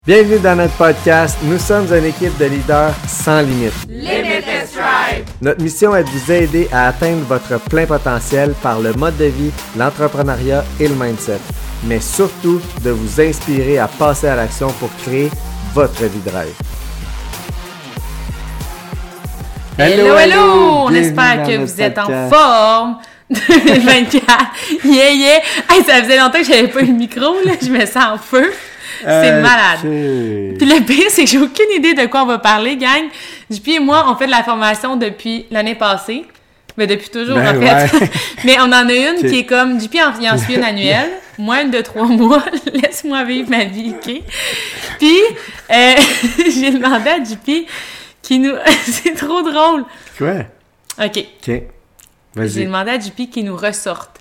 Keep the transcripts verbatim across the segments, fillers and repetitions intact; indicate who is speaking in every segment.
Speaker 1: Bienvenue dans notre podcast. Nous sommes une équipe de leaders sans limite.
Speaker 2: Limitless Drive.
Speaker 1: Notre mission est de vous aider à atteindre votre plein potentiel par le mode de vie, l'entrepreneuriat et le mindset. Mais surtout, de vous inspirer à passer à l'action pour créer votre vie de rêve.
Speaker 2: Hello, hello! hello. On espère que vous êtes en forme. deux mille vingt-quatre. Yeah, yeah! Hey, ça faisait longtemps que j'avais pas eu le micro, là. Je me sens en feu. C'est euh, malade. Okay. Puis le pire, c'est que j'ai aucune idée de quoi on va parler, gang. J P et moi, on fait de la formation depuis l'année passée. Mais depuis toujours, ben en fait. Ouais. Mais on en a une okay. qui est comme... J P il en suit une annuelle. Moins de trois mois. Laisse-moi vivre ma vie, OK? Puis, euh, j'ai demandé à J P qui nous... c'est trop drôle.
Speaker 1: Quoi?
Speaker 2: OK.
Speaker 1: OK. Vas-y.
Speaker 2: J'ai demandé à J P qu'il nous ressorte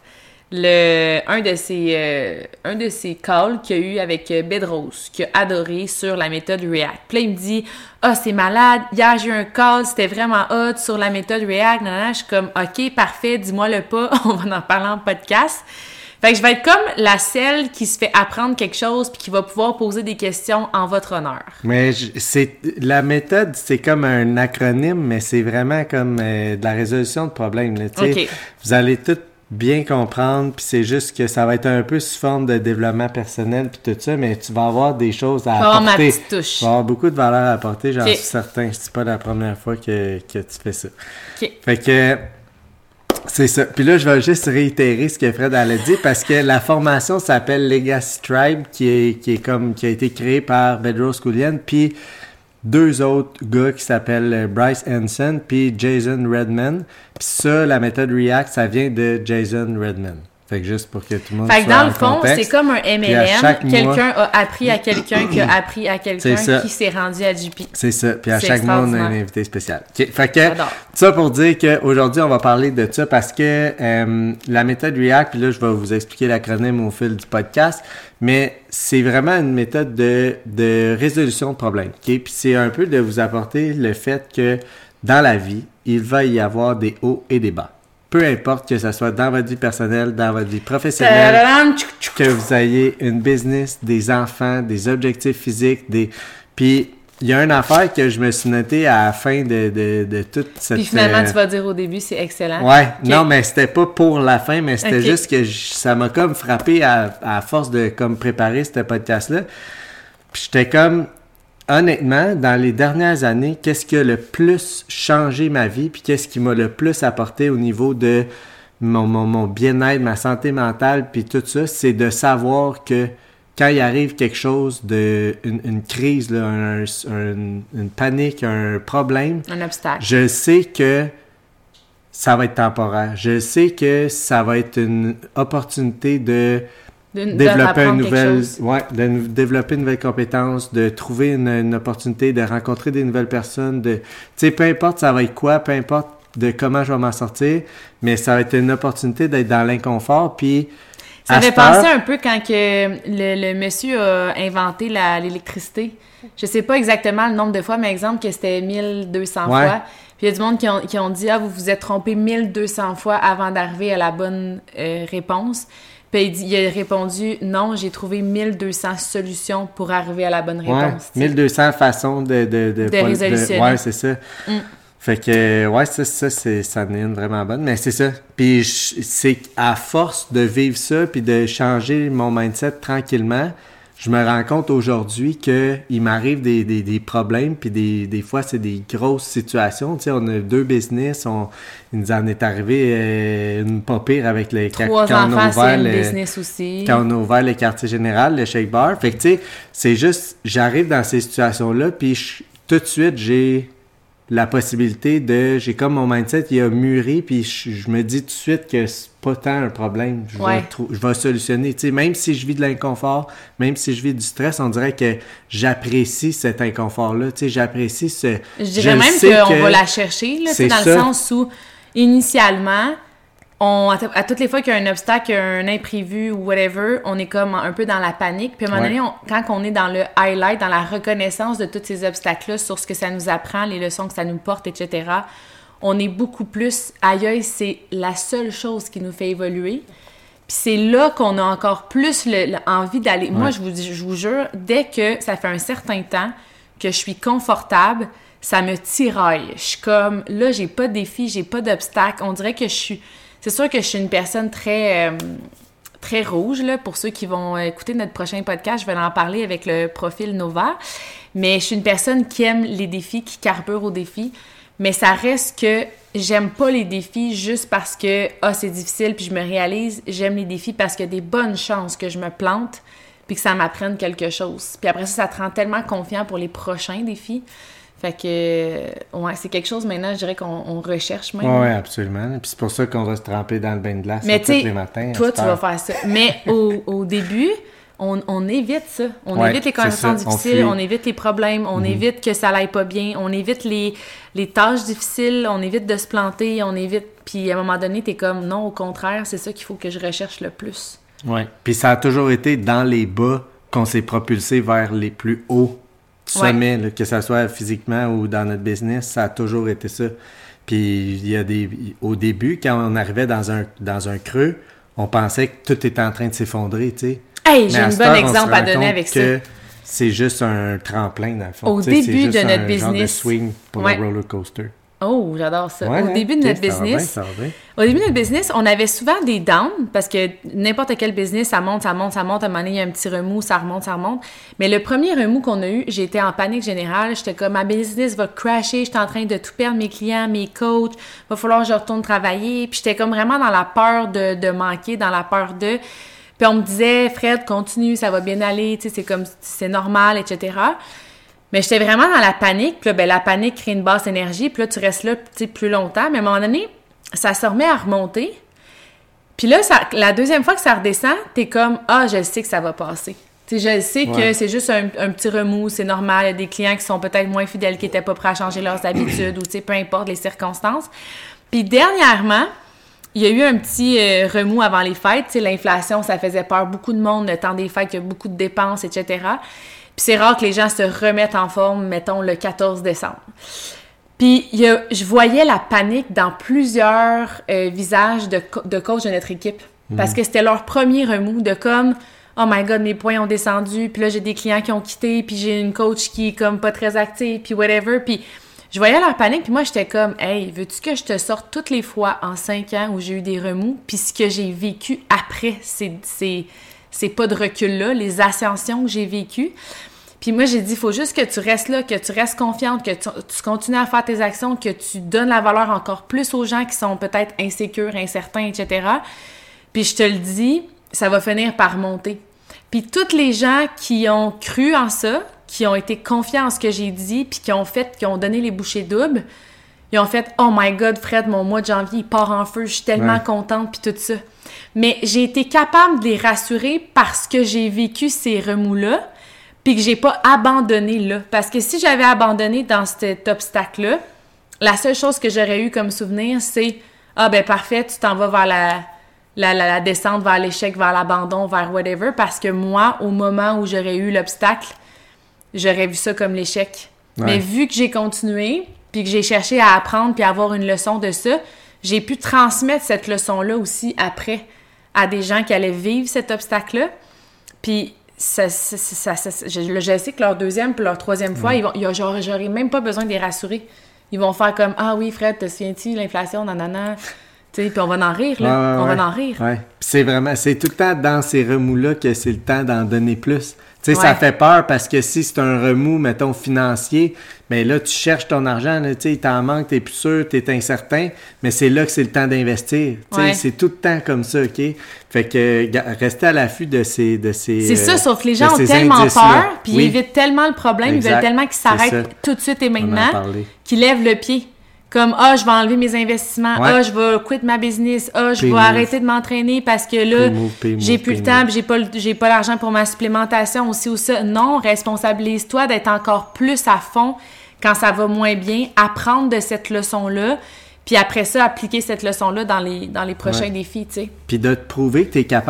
Speaker 2: le un de ses euh, un de ses calls qu'il y a eu avec Bedros, qu'il a adoré sur la méthode React. Puis là, il me dit « Ah, oh, c'est malade, hier j'ai eu un call, c'était vraiment hot sur la méthode React. » Nanana. Je suis comme « OK, parfait, dis-moi le pas, on va en parler en podcast. » Fait que je vais être comme la celle qui se fait apprendre quelque chose puis qui va pouvoir poser des questions en votre honneur.
Speaker 1: Mais c'est la méthode, c'est comme un acronyme, mais c'est vraiment comme euh, de la résolution de problèmes. Là,
Speaker 2: okay.
Speaker 1: Vous allez tout bien comprendre, puis c'est juste que ça va être un peu sous forme de développement personnel puis tout ça, mais tu vas avoir des choses à apporter.
Speaker 2: Ma petite touche.
Speaker 1: Tu vas avoir beaucoup de valeur à apporter, j'en
Speaker 2: okay.
Speaker 1: suis certain. C'est pas la première fois que, que tu fais ça.
Speaker 2: Okay.
Speaker 1: Fait que c'est ça. Puis là, je vais juste réitérer ce que Fred a dit parce que la formation s'appelle Legacy Tribe, qui est, qui est comme, qui a été créée par Bedros Keuilian, puis deux autres gars qui s'appellent Bryce Hanson puis Jason Redman. Puis ça, la méthode React, ça vient de Jason Redman. Fait que juste pour que tout le monde
Speaker 2: fait que
Speaker 1: soit
Speaker 2: dans
Speaker 1: en
Speaker 2: le fond,
Speaker 1: contexte.
Speaker 2: C'est comme un M L M. Quelqu'un
Speaker 1: mois...
Speaker 2: a appris à quelqu'un qui a appris à quelqu'un qui s'est rendu à J P.
Speaker 1: C'est ça. Puis à chaque mois, on a un invité spécial. Okay. Fait que
Speaker 2: J'adore.
Speaker 1: ça pour dire qu'aujourd'hui, on va parler de ça parce que euh, la méthode React, puis là, je vais vous expliquer l'acronyme au fil du podcast, mais c'est vraiment une méthode de, de résolution de problèmes. Okay? Puis c'est un peu de vous apporter le fait que dans la vie, il va y avoir des hauts et des bas. Peu importe que ce soit dans votre vie personnelle, dans votre vie professionnelle, que vous ayez une business, des enfants, des objectifs physiques, des... Puis, il y a une affaire que je me suis noté à la fin de, de, de toute cette...
Speaker 2: Puis finalement, euh... tu vas dire au début, c'est excellent.
Speaker 1: Ouais, okay. Non, mais c'était pas pour la fin, mais c'était
Speaker 2: okay.
Speaker 1: juste que je, ça m'a comme frappé à, à force de comme préparer ce podcast-là. Puis j'étais comme... Honnêtement, dans les dernières années, qu'est-ce qui a le plus changé ma vie, puis qu'est-ce qui m'a le plus apporté au niveau de mon, mon, mon bien-être, ma santé mentale, puis tout ça, c'est de savoir que quand il arrive quelque chose, de une, une crise, là, un, un, une panique, un problème,
Speaker 2: un obstacle,
Speaker 1: je sais que ça va être temporaire. Je sais que ça va être une opportunité de... De, développer une nouvelle, ouais, de développer une nouvelle compétence, de trouver une, une opportunité, de rencontrer des nouvelles personnes, de, tu sais, peu importe ça va être quoi, peu importe de comment je vais m'en sortir, mais ça va être une opportunité d'être dans l'inconfort, puis
Speaker 2: ça m'avait pensé un peu quand que le, le monsieur a inventé la, l'électricité. Je sais pas exactement le nombre de fois, mais exemple que c'était mille deux cents
Speaker 1: ouais.
Speaker 2: fois. Puis il y a du monde qui ont, qui ont dit « Ah, vous vous êtes trompé mille deux cents fois avant d'arriver à la bonne euh, réponse. » Puis il, dit, il a répondu « Non, j'ai trouvé mille deux cents solutions pour arriver à la bonne réponse. »
Speaker 1: Ouais, mille deux cents façons de... De, de,
Speaker 2: de résolutionner.
Speaker 1: Ouais, c'est ça.
Speaker 2: Mm.
Speaker 1: Fait que, ouais, ça, ça c'est, ça en est une vraiment bonne, mais c'est ça. Puis je, c'est à force de vivre ça puis de changer mon mindset tranquillement, je me rends compte aujourd'hui que il m'arrive des, des, des problèmes, puis des, des fois, c'est des grosses situations. Tu sais, on a deux business, on, il nous en est arrivé euh, une pas pire avec les...
Speaker 2: Trois
Speaker 1: quand
Speaker 2: enfants,
Speaker 1: on a ouvert
Speaker 2: c'est une
Speaker 1: le,
Speaker 2: business aussi.
Speaker 1: Quand on a ouvert le quartier général, le Shake Bar. Fait que, tu sais, c'est juste, j'arrive dans ces situations-là, puis je, tout de suite, j'ai la possibilité de... J'ai comme mon mindset, il a mûri, puis je, je me dis tout de suite que c'est pas tant un problème. Je,
Speaker 2: ouais.
Speaker 1: vais, trou- je vais solutionner. Tu sais, même si je vis de l'inconfort, même si je vis du stress, on dirait que j'apprécie cet inconfort-là. Tu sais, j'apprécie ce...
Speaker 2: Je dirais je même qu'on que va la chercher, là, dans ça. Le sens où, initialement, on, à toutes les fois qu'il y a un obstacle, un imprévu ou whatever, on est comme un peu dans la panique. Puis à un moment ouais. donné, on, quand on est dans le highlight, dans la reconnaissance de tous ces obstacles-là, sur ce que ça nous apprend, les leçons que ça nous porte, et cetera, on est beaucoup plus... Aïe, aïe, c'est la seule chose qui nous fait évoluer. Puis c'est là qu'on a encore plus le, le, envie d'aller. Ouais. Moi, je vous, je vous jure, dès que ça fait un certain temps que je suis confortable, ça me tiraille. Je suis comme, là, j'ai pas de défi, j'ai pas d'obstacle. On dirait que je suis... C'est sûr que je suis une personne très... Euh, très rouge, là. Pour ceux qui vont écouter notre prochain podcast, je vais en parler avec le profil Nova. Mais je suis une personne qui aime les défis, qui carbure aux défis. Mais ça reste que j'aime pas les défis juste parce que, ah, c'est difficile, puis je me réalise. J'aime les défis parce qu'il y a des bonnes chances que je me plante, puis que ça m'apprenne quelque chose. Puis après ça, ça te rend tellement confiant pour les prochains défis. Fait que, ouais, c'est quelque chose maintenant, je dirais qu'on on recherche même.
Speaker 1: Oui, absolument. Puis c'est pour ça qu'on va se tremper dans le bain de glace
Speaker 2: mais
Speaker 1: tous les matins.
Speaker 2: Toi, tu vas faire ça. Mais au, au début, on, on évite ça. On ouais, évite les conversations difficiles, on, on évite les problèmes, on mm-hmm. évite que ça aille pas bien, on évite les, les tâches difficiles, on évite de se planter, on évite... Puis à un moment donné, t'es comme, non, au contraire, c'est ça qu'il faut que je recherche le plus.
Speaker 1: Oui. Puis ça a toujours été dans les bas qu'on s'est propulsé vers les plus hauts sommet, ouais. là, que ça soit physiquement ou dans notre business, ça a toujours été ça. Puis il y a des au début, quand on arrivait dans un dans un creux, on pensait que tout était en train de s'effondrer, tu sais.
Speaker 2: Hey, j'ai un bon exemple à donner avec ça.
Speaker 1: C'est juste un tremplin dans le fond.
Speaker 2: Au début de notre business, genre de
Speaker 1: swing pour ouais. le roller coaster.
Speaker 2: Oh, j'adore ça.
Speaker 1: Ouais,
Speaker 2: au début de notre business,
Speaker 1: ça va bien, ça va bien.
Speaker 2: Au début de notre business, on avait souvent des downs parce que n'importe quel business, ça monte, ça monte, ça monte. À un moment donné, il y a un petit remous, ça remonte, ça remonte. Mais le premier remous qu'on a eu, j'étais en panique générale. J'étais comme, ma business va crasher. J'étais en train de tout perdre, mes clients, mes coachs. Va falloir que je retourne travailler. Puis j'étais comme vraiment dans la peur de, de manquer, dans la peur de... Puis on me disait, Fred, continue, ça va bien aller. Tu sais, c'est comme, c'est normal, et cetera. Mais j'étais vraiment dans la panique. Puis là, ben, la panique crée une basse énergie. Puis là, tu restes là, tu sais, plus longtemps. Mais à un moment donné, ça se remet à remonter. Puis là, ça, la deuxième fois que ça redescend, t'es comme, ah, je sais que ça va passer. Tu sais, je sais ouais. que c'est juste un, un petit remous, c'est normal. Il y a des clients qui sont peut-être moins fidèles, qui n'étaient pas prêts à changer leurs habitudes ou, tu sais, peu importe les circonstances. Puis dernièrement, il y a eu un petit euh, remous avant les fêtes. Tu sais, l'inflation, ça faisait peur. Beaucoup de monde, le temps des fêtes, il y a beaucoup de dépenses, et cetera. Puis c'est rare que les gens se remettent en forme, mettons, le quatorze décembre. Puis il y a, je voyais la panique dans plusieurs euh, visages de, co- de coachs de notre équipe. Mmh. Parce que c'était leur premier remous de comme « Oh my God, mes points ont descendu. » Puis là, j'ai des clients qui ont quitté. Puis j'ai une coach qui est comme pas très active. Puis whatever. Puis je voyais leur panique. Puis moi, j'étais comme « Hey, veux-tu que je te sorte toutes les fois en cinq ans où j'ai eu des remous? Puis ce que j'ai vécu après, c'est... c'est c'est pas de recul-là, les ascensions que j'ai vécues. » Puis moi, j'ai dit, il faut juste que tu restes là, que tu restes confiante, que tu, tu continues à faire tes actions, que tu donnes la valeur encore plus aux gens qui sont peut-être insécures, incertains, et cetera. Puis je te le dis, ça va finir par monter. Puis tous les gens qui ont cru en ça, qui ont été confiants en ce que j'ai dit, puis qui ont fait, qui ont donné les bouchées doubles, ils ont fait « Oh my God, Fred, mon mois de janvier, il part en feu, je suis tellement ouais. contente, puis tout ça. » Mais j'ai été capable de les rassurer parce que j'ai vécu ces remous-là, puis que j'ai pas abandonné là. Parce que si j'avais abandonné dans cet obstacle-là, la seule chose que j'aurais eu comme souvenir, c'est « Ah ben parfait, tu t'en vas vers la, la, la, la descente, vers l'échec, vers l'abandon, vers whatever. » Parce que moi, au moment où j'aurais eu l'obstacle, j'aurais vu ça comme l'échec. Ouais. Mais vu que j'ai continué, puis que j'ai cherché à apprendre puis à avoir une leçon de ça, j'ai pu transmettre cette leçon-là aussi après à des gens qui allaient vivre cet obstacle-là. Puis ça, ça, ça, ça, ça, je, je sais que leur deuxième puis leur troisième fois, mmh. ils vont, ils, j'aurais, j'aurais même pas besoin de les rassurer. Ils vont faire comme « Ah oui, Fred, te souviens-tu, l'inflation, nanana. » Tu sais, puis on va en rire, là. Ouais, ouais, on va en rire.
Speaker 1: Ouais. Puis c'est vraiment, c'est tout le temps dans ces remous-là que c'est le temps d'en donner plus. Tu sais, ouais. ça fait peur parce que si c'est un remous, mettons, financier, bien là, tu cherches ton argent, tu sais, il t'en manque, t'es plus sûr, t'es incertain, mais c'est là que c'est le temps d'investir. Tu sais, ouais. c'est tout le temps comme ça, OK? Fait que restez à l'affût de ces... De ces
Speaker 2: c'est ça, sauf que les gens ont tellement peur, puis oui. ils évitent tellement le problème, exact. Ils veulent tellement qu'ils s'arrêtent tout de suite et maintenant, qu'ils lèvent le pied. Comme, ah, je vais enlever mes investissements, ah, ouais. je vais quitter ma business, ah, je pay vais move. Arrêter de m'entraîner parce que là, pay move, pay j'ai move, plus le temps, j'ai pas, j'ai pas l'argent pour ma supplémentation aussi ou ça. Non, responsabilise-toi d'être encore plus à fond quand ça va moins bien, apprendre de cette leçon-là, puis après ça, appliquer cette leçon-là dans les, dans les prochains ouais. défis, tu sais.
Speaker 1: Puis de te prouver que t'es capable.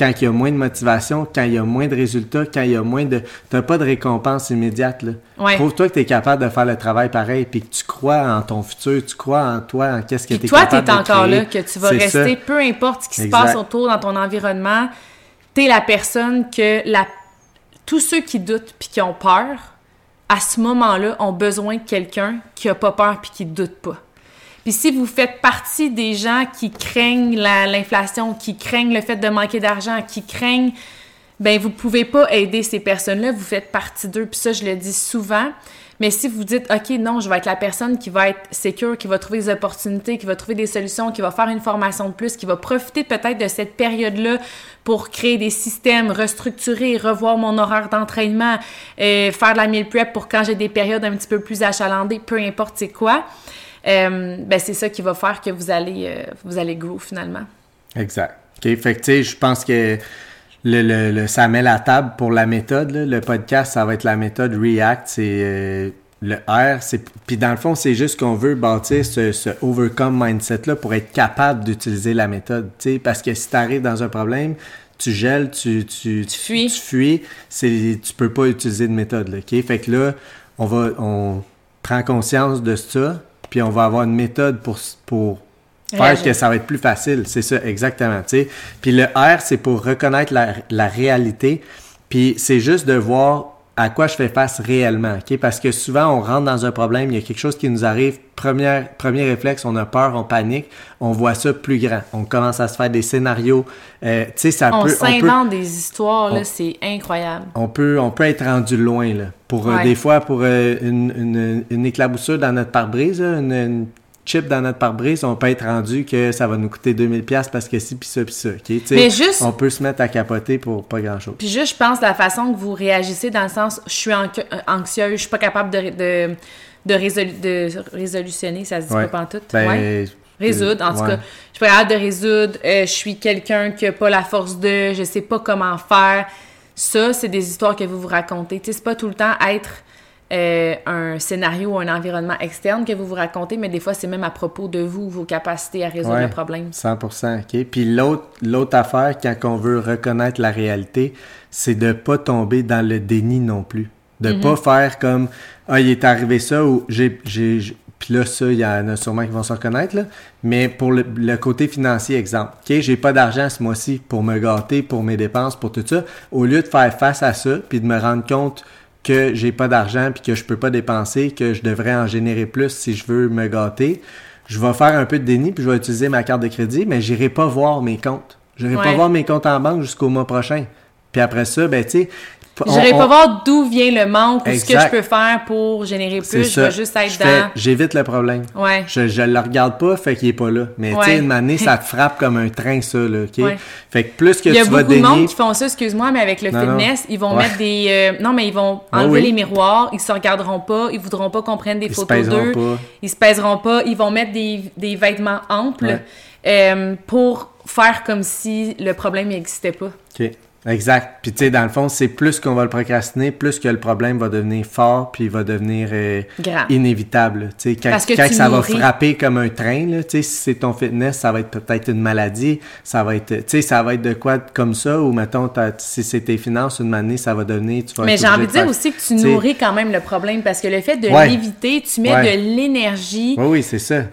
Speaker 1: quand il y a moins de motivation, quand il y a moins de résultats, quand il y a moins de... T'as pas de récompense immédiate, là.
Speaker 2: Ouais.
Speaker 1: Prouve-toi que tu es capable de faire le travail pareil, puis que tu crois en ton futur, tu crois en toi, en qu'est-ce que tu es
Speaker 2: toi,
Speaker 1: capable
Speaker 2: t'es
Speaker 1: de
Speaker 2: encore
Speaker 1: créer.
Speaker 2: là, que tu vas
Speaker 1: C'est
Speaker 2: rester,
Speaker 1: ça.
Speaker 2: peu importe ce qui
Speaker 1: Exact.
Speaker 2: se passe autour dans ton environnement, t'es la personne que la... tous ceux qui doutent puis qui ont peur, à ce moment-là, ont besoin de quelqu'un qui a pas peur puis qui doute pas. Puis si vous faites partie des gens qui craignent la, l'inflation, qui craignent le fait de manquer d'argent, qui craignent, ben vous pouvez pas aider ces personnes-là, vous faites partie d'eux. Puis ça, je le dis souvent. Mais si vous dites, OK, non, je vais être la personne qui va être secure, qui va trouver des opportunités, qui va trouver des solutions, qui va faire une formation de plus, qui va profiter peut-être de cette période-là pour créer des systèmes, restructurer, revoir mon horaire d'entraînement, euh, faire de la meal prep pour quand j'ai des périodes un petit peu plus achalandées, peu importe c'est quoi, euh, ben c'est ça qui va faire que vous allez, euh, vous allez grow finalement.
Speaker 1: Exact. OK, fait que tu sais, je pense que Le, le, le, ça met la table pour la méthode. Là. Le podcast, ça va être la méthode React. C'est euh, le R. C'est, puis dans le fond, c'est juste qu'on veut bâtir ce, ce overcome mindset-là pour être capable d'utiliser la méthode. T'sais, parce que si tu arrives dans un problème, tu gèles, tu, tu,
Speaker 2: tu fuis,
Speaker 1: tu, fuis c'est, tu peux pas utiliser de méthode. Là, okay? Fait que là, on, va, on prend conscience de ça, puis on va avoir une méthode pour... pour faire Réagir. Que ça va être plus facile, c'est ça, exactement, tu sais. Puis le R, c'est pour reconnaître la, la réalité, puis c'est juste de voir à quoi je fais face réellement, OK? Parce que souvent, on rentre dans un problème, il y a quelque chose qui nous arrive, premier, premier réflexe, on a peur, on panique, on voit ça plus grand. On commence à se faire des scénarios, euh, tu sais, ça
Speaker 2: on
Speaker 1: peut...
Speaker 2: S'invente
Speaker 1: on s'invente
Speaker 2: des histoires, là,
Speaker 1: on,
Speaker 2: c'est incroyable.
Speaker 1: On peut, on peut être rendu loin, là. Pour,
Speaker 2: ouais.
Speaker 1: euh, des fois, pour euh, une, une, une éclaboussure dans notre pare-brise, là, une... une chip dans notre pare-brise, on peut être rendu que ça va nous coûter deux mille dollars parce que si, pis ça, pis ça. Okay?
Speaker 2: Mais juste,
Speaker 1: on peut se mettre à capoter pour pas grand-chose.
Speaker 2: Puis juste, je pense, la façon que vous réagissez dans le sens, je suis anxieuse, je suis pas capable de, de, de, résolu, de résolutionner, ça se dit ouais. pas pantoute.
Speaker 1: Ben,
Speaker 2: ouais. Résoudre, en tout
Speaker 1: ouais.
Speaker 2: cas. Je suis pas capable de résoudre, euh, je suis quelqu'un qui a pas la force de, je sais pas comment faire. Ça, c'est des histoires que vous vous racontez. Tu sais, c'est pas tout le temps être... Euh, un scénario ou un environnement externe que vous vous racontez, mais des fois, c'est même à propos de vous, vos capacités à résoudre
Speaker 1: ouais,
Speaker 2: le problème.
Speaker 1: cent pour cent, OK. Puis l'autre, l'autre affaire, quand on veut reconnaître la réalité, c'est de pas tomber dans le déni non plus. De mm-hmm. pas faire comme « Ah, il est arrivé ça » ou « j'ai... j'ai, j'ai... » Puis là, ça, il y en a sûrement qui vont se reconnaître, là. Mais pour le, le côté financier, exemple, OK, j'ai pas d'argent ce mois-ci pour me gâter, pour mes dépenses, pour tout ça. Au lieu de faire face à ça, puis de me rendre compte que j'ai pas d'argent puis que je peux pas dépenser, que je devrais en générer plus si je veux me gâter, je vais faire un peu de déni puis je vais utiliser ma carte de crédit, mais j'irai pas voir mes comptes. J'irai ouais. pas voir mes comptes en banque jusqu'au mois prochain. Puis après ça, ben tu sais...
Speaker 2: J'irai pas voir d'où vient le manque exact. Ou ce que je peux faire pour générer plus. C'est je ça. Vais juste être
Speaker 1: je
Speaker 2: dans...
Speaker 1: Fais, j'évite le problème.
Speaker 2: Ouais.
Speaker 1: Je, je le regarde pas, fait qu'il est pas là. Mais
Speaker 2: ouais.
Speaker 1: tu sais, une année, ça te frappe comme un train, ça, là, OK?
Speaker 2: Ouais.
Speaker 1: Fait que plus que
Speaker 2: tu vas dénier...
Speaker 1: Il y a beaucoup
Speaker 2: de monde qui font ça, excuse-moi, mais avec le non, fitness, non. ils vont ouais. mettre des... Euh, non, mais ils vont enlever oh, oui. les miroirs, ils se regarderont pas, ils voudront pas qu'on prenne des
Speaker 1: ils
Speaker 2: photos d'eux. Pas. Ils se pèseront pas. Ils vont mettre des, des vêtements amples ouais. euh, pour faire comme si le problème n'existait pas.
Speaker 1: OK. Exact. Puis tu sais, dans le fond, c'est plus qu'on va le procrastiner, plus que le problème va devenir fort, puis il va devenir euh, inévitable. Tu sais, quand,
Speaker 2: Parce que
Speaker 1: quand
Speaker 2: tu
Speaker 1: ça
Speaker 2: nourris.
Speaker 1: va frapper comme un train, là, tu sais, si c'est ton fitness, ça va être peut-être une maladie, ça va être, tu sais, ça va être de quoi comme ça, ou mettons, si c'est tes finances, une année, ça va devenir, tu vas
Speaker 2: Mais
Speaker 1: être
Speaker 2: j'ai envie de dire
Speaker 1: faire,
Speaker 2: aussi que tu nourris quand même le problème, parce que le fait de
Speaker 1: ouais.
Speaker 2: l'éviter, tu mets
Speaker 1: ouais.
Speaker 2: de l'énergie
Speaker 1: oui, oui, c'est ça.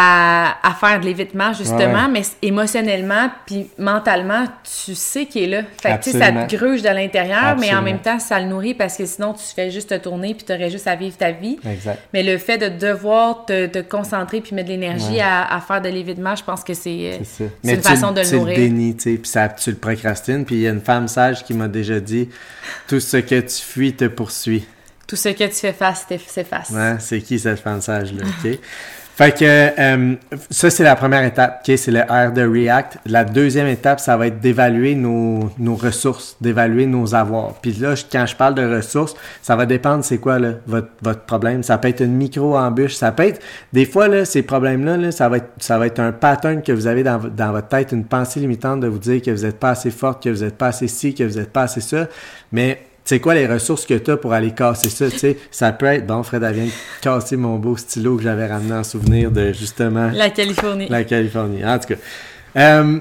Speaker 2: À, à faire de l'évitement, justement,
Speaker 1: ouais.
Speaker 2: mais émotionnellement, puis mentalement, tu sais qu'il est là. Fait que, tu sais, ça te gruge de l'intérieur, absolument. Mais en même temps, ça le nourrit parce que sinon, tu fais juste te tourner puis tu aurais juste à vivre ta vie.
Speaker 1: Exact.
Speaker 2: Mais le fait de devoir te, te concentrer puis mettre de l'énergie ouais. à, à faire de l'évitement, je pense que c'est, c'est, c'est une façon de le nourrir.
Speaker 1: Tu le dénies, tu sais, puis ça, tu le procrastines. Puis il y a une femme sage qui m'a déjà dit « Tout ce que tu fuis te poursuit. »
Speaker 2: Tout ce que tu fais face s'efface.
Speaker 1: Ouais, c'est qui cette femme sage-là, OK? Fait que euh, ça, c'est la première étape, OK? C'est le R de React. La deuxième étape, ça va être d'évaluer nos, nos ressources, d'évaluer nos avoirs. Puis là, quand je parle de ressources, ça va dépendre c'est quoi là, votre, votre problème. Ça peut être une micro-embûche, ça peut être... Des fois, là, ces problèmes-là, là, ça va être ça va être un pattern que vous avez dans, dans votre tête, une pensée limitante de vous dire que vous n'êtes pas assez forte, que vous n'êtes pas assez ci, que vous n'êtes pas assez ça. Mais... c'est quoi les ressources que tu as pour aller casser ça, tu sais? Ça peut être, bon, Fred, elle vient de casser mon beau stylo que j'avais ramené en souvenir de, justement...
Speaker 2: La Californie.
Speaker 1: La Californie, en tout cas. Euh,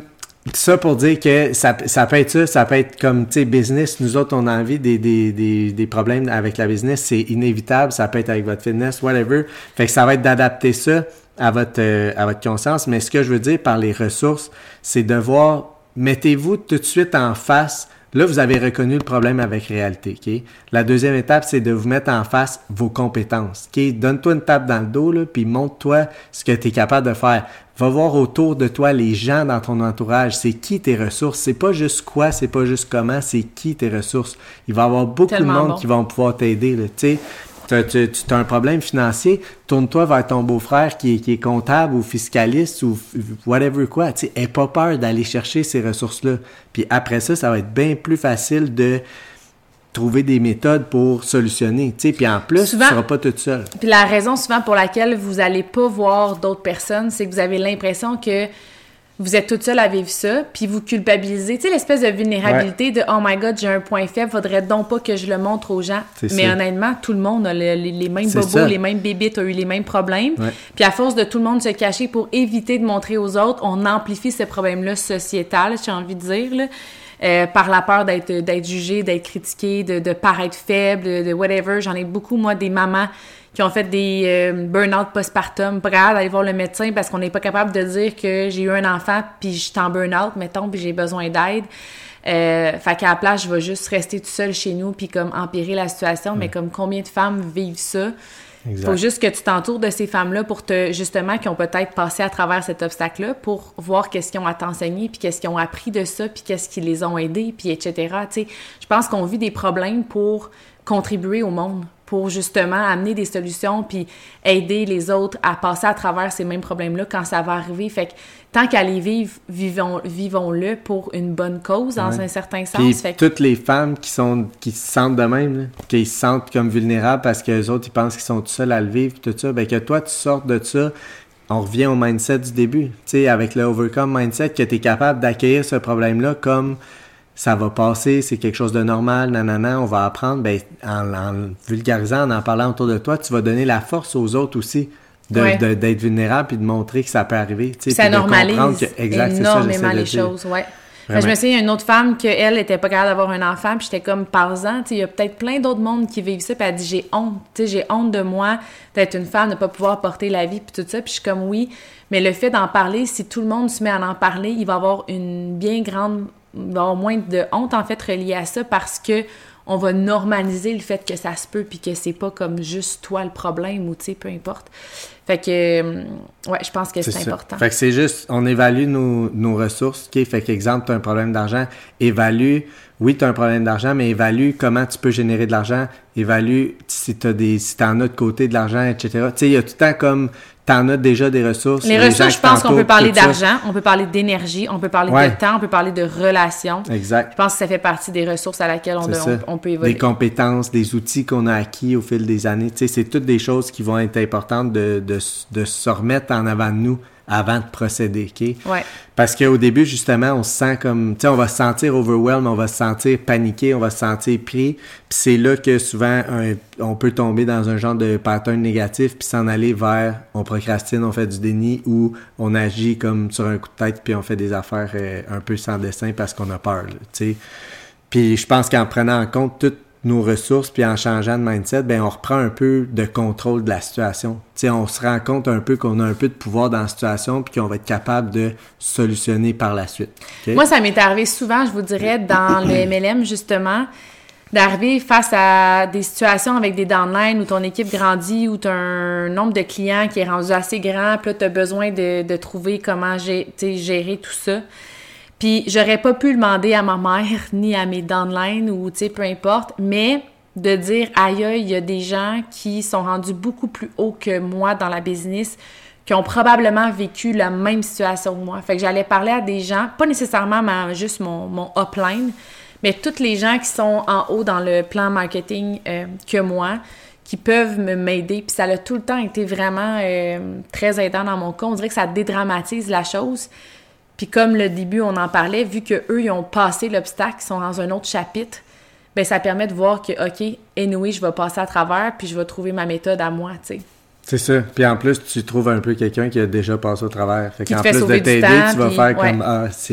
Speaker 1: ça pour dire que ça, ça peut être ça, ça peut être comme, tu sais, business. Nous autres, on a envie des, des, des, des problèmes avec la business. C'est inévitable. Ça peut être avec votre fitness, whatever. Fait que ça va être d'adapter ça à votre, euh, à votre conscience. Mais ce que je veux dire par les ressources, c'est de voir, mettez-vous tout de suite en face. Là, vous avez reconnu le problème avec réalité, OK? La deuxième étape, c'est de vous mettre en face vos compétences, OK? Donne-toi une tape dans le dos, là, puis montre-toi ce que tu es capable de faire. Va voir autour de toi les gens dans ton entourage. C'est qui tes ressources? C'est pas juste quoi, c'est pas juste comment, c'est qui tes ressources. Il va y avoir beaucoup Tellement de monde bon. qui vont pouvoir t'aider, là, tu sais. Tu as un problème financier, tourne-toi vers ton beau-frère qui est, qui est comptable ou fiscaliste ou whatever quoi. Tu sais, aie pas peur d'aller chercher ces ressources-là. Puis après ça, ça va être bien plus facile de trouver des méthodes pour solutionner. Tu sais, puis en plus, souvent, tu ne seras pas toute seule.
Speaker 2: Puis la raison souvent pour laquelle vous n'allez pas voir d'autres personnes, c'est que vous avez l'impression que vous êtes toute seule à vivre ça, puis vous culpabilisez. Tu sais, l'espèce de vulnérabilité ouais. de « Oh my God, j'ai un point faible, faudrait donc pas que je le montre aux gens. » Mais ça. Honnêtement, tout le monde a le, les, les mêmes c'est bobos, ça. les mêmes bébites, a eu les mêmes problèmes. Ouais. Puis à force de tout le monde se cacher pour éviter de montrer aux autres, on amplifie ce problème-là sociétal, j'ai envie de dire, là. Euh, par la peur d'être, d'être jugé, d'être critiqué, de, de paraître faible, de, de whatever. J'en ai beaucoup, moi, des mamans qui ont fait des euh, burn-out postpartum, prêtes à aller voir le médecin parce qu'on n'est pas capable de dire que j'ai eu un enfant puis je suis en burn-out, mettons, puis j'ai besoin d'aide. Euh, fait qu'à la place, je vais juste rester tout seul chez nous puis comme empirer la situation. Ouais. Mais comme combien de femmes vivent ça? Il faut juste que tu t'entoures de ces femmes-là pour te, justement, qui ont peut-être passé à travers cet obstacle-là pour voir qu'est-ce qu'ils ont à t'enseigner, puis qu'est-ce qu'ils ont appris de ça, puis qu'est-ce qui les ont aidés, puis et cetera. Tu sais, je pense qu'on vit des problèmes pour contribuer au monde, pour justement amener des solutions, puis aider les autres à passer à travers ces mêmes problèmes-là quand ça va arriver. Fait que tant qu'à les vivre, vivons, vivons-le pour une bonne cause, dans ouais. un certain sens.
Speaker 1: Puis
Speaker 2: fait que...
Speaker 1: toutes les femmes qui sont qui se sentent de même, là, qui se sentent comme vulnérables parce que les autres, ils pensent qu'ils sont tout seuls à le vivre, tout ça, bien que toi, tu sortes de ça, on revient au mindset du début. Tu sais, avec le overcome mindset, que tu es capable d'accueillir ce problème-là comme... ça va passer, c'est quelque chose de normal, nanana, on va apprendre, ben, en, en vulgarisant, en en parlant autour de toi, tu vas donner la force aux autres aussi de, ouais. de, d'être vulnérable puis de montrer que ça peut arriver. Tu sais,
Speaker 2: ça normalise
Speaker 1: que, exact,
Speaker 2: énormément les choses, ouais. Ben, je me souviens, il y a une autre femme qu'elle n'était pas capable d'avoir un enfant, puis j'étais comme, parle-en, tu sais, il y a peut-être plein d'autres mondes qui vivent ça, puis elle dit, j'ai honte, tu sais, j'ai honte de moi d'être une femme, de ne pas pouvoir porter la vie, puis tout ça, puis je suis comme, oui, mais le fait d'en parler, si tout le monde se met à en parler, il va y avoir une bien grande... il va y avoir moins de honte, en fait, reliée à ça parce que on va normaliser le fait que ça se peut puis que c'est pas comme juste toi le problème ou, tu sais, peu importe. Fait que, ouais, je pense que c'est, c'est important.
Speaker 1: Fait que c'est juste, on évalue nos, nos ressources, OK? Fait qu'exemple, tu as un problème d'argent, évalue, oui, tu as un problème d'argent, mais évalue comment tu peux générer de l'argent, évalue si tu as des, si t'en as de côté de l'argent, et cetera. Tu sais, il y a tout le temps comme... t'en as déjà des ressources.
Speaker 2: Les, les ressources, je pense qu'on peut parler d'argent, on peut parler d'énergie, on peut parler ouais. de temps, on peut parler de relations.
Speaker 1: Exact.
Speaker 2: Je pense que ça fait partie des ressources à laquelle on, on, on peut évoluer.
Speaker 1: Des compétences, des outils qu'on a acquis au fil des années. Tu sais, c'est toutes des choses qui vont être importantes de, de, de se remettre en avant de nous avant de procéder, OK?
Speaker 2: Ouais.
Speaker 1: Parce qu'au début, justement, on se sent comme... Tu sais, on va se sentir overwhelmed, on va se sentir paniqué, on va se sentir pris. Puis c'est là que souvent, un, on peut tomber dans un genre de pattern négatif puis s'en aller vers... On procrastine, on fait du déni ou on agit comme sur un coup de tête puis on fait des affaires euh, un peu sans dessin parce qu'on a peur, tu sais. Puis je pense qu'en prenant en compte toutes nos ressources puis en changeant de mindset, ben on reprend un peu de contrôle de la situation. Tu sais, on se rend compte un peu qu'on a un peu de pouvoir dans la situation puis qu'on va être capable de solutionner par la suite. Okay?
Speaker 2: Moi, ça m'est arrivé souvent, je vous dirais, dans le M L M, justement, d'arriver face à des situations avec des downlines où ton équipe grandit, où tu as un nombre de clients qui est rendu assez grand, puis là, tu as besoin de, de trouver comment gé- gérer tout ça. Puis j'aurais pas pu le demander à ma mère ni à mes downlines ou, tu sais, peu importe, mais de dire, aïe, aïe, il y a des gens qui sont rendus beaucoup plus haut que moi dans la business, qui ont probablement vécu la même situation que moi. Fait que j'allais parler à des gens, pas nécessairement ma, juste mon, mon upline, mais tous les gens qui sont en haut dans le plan marketing euh, que moi, qui peuvent me m'aider. Puis ça a tout le temps été vraiment euh, très aidant dans mon cas. On dirait que ça dédramatise la chose. Puis comme le début, on en parlait, vu qu'eux, ils ont passé l'obstacle, ils sont dans un autre chapitre, bien, ça permet de voir que, OK, anyway, je vais passer à travers, puis je vais trouver ma méthode à moi, tu sais.
Speaker 1: C'est ça. Puis en plus, tu trouves un peu quelqu'un qui a déjà passé au travers. Fait
Speaker 2: qui
Speaker 1: qu'en
Speaker 2: te fait
Speaker 1: plus
Speaker 2: sauver
Speaker 1: de t'aider,
Speaker 2: du temps,
Speaker 1: tu vas
Speaker 2: puis,
Speaker 1: faire
Speaker 2: ouais.
Speaker 1: comme, ah, c'est...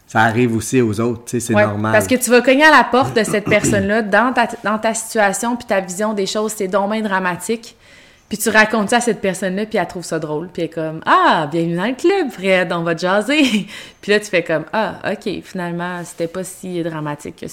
Speaker 1: ça arrive aussi aux autres, tu sais, c'est
Speaker 2: ouais,
Speaker 1: normal.
Speaker 2: Parce que tu vas cogner à la porte de cette personne-là dans ta, dans ta situation, puis ta vision des choses, c'est donc bien dramatique. Puis tu racontes ça à cette personne-là, puis elle trouve ça drôle. Puis elle est comme « Ah, bienvenue dans le club, Fred, on va jaser. » Puis là, tu fais comme « Ah, OK, finalement, c'était pas si dramatique que ça. »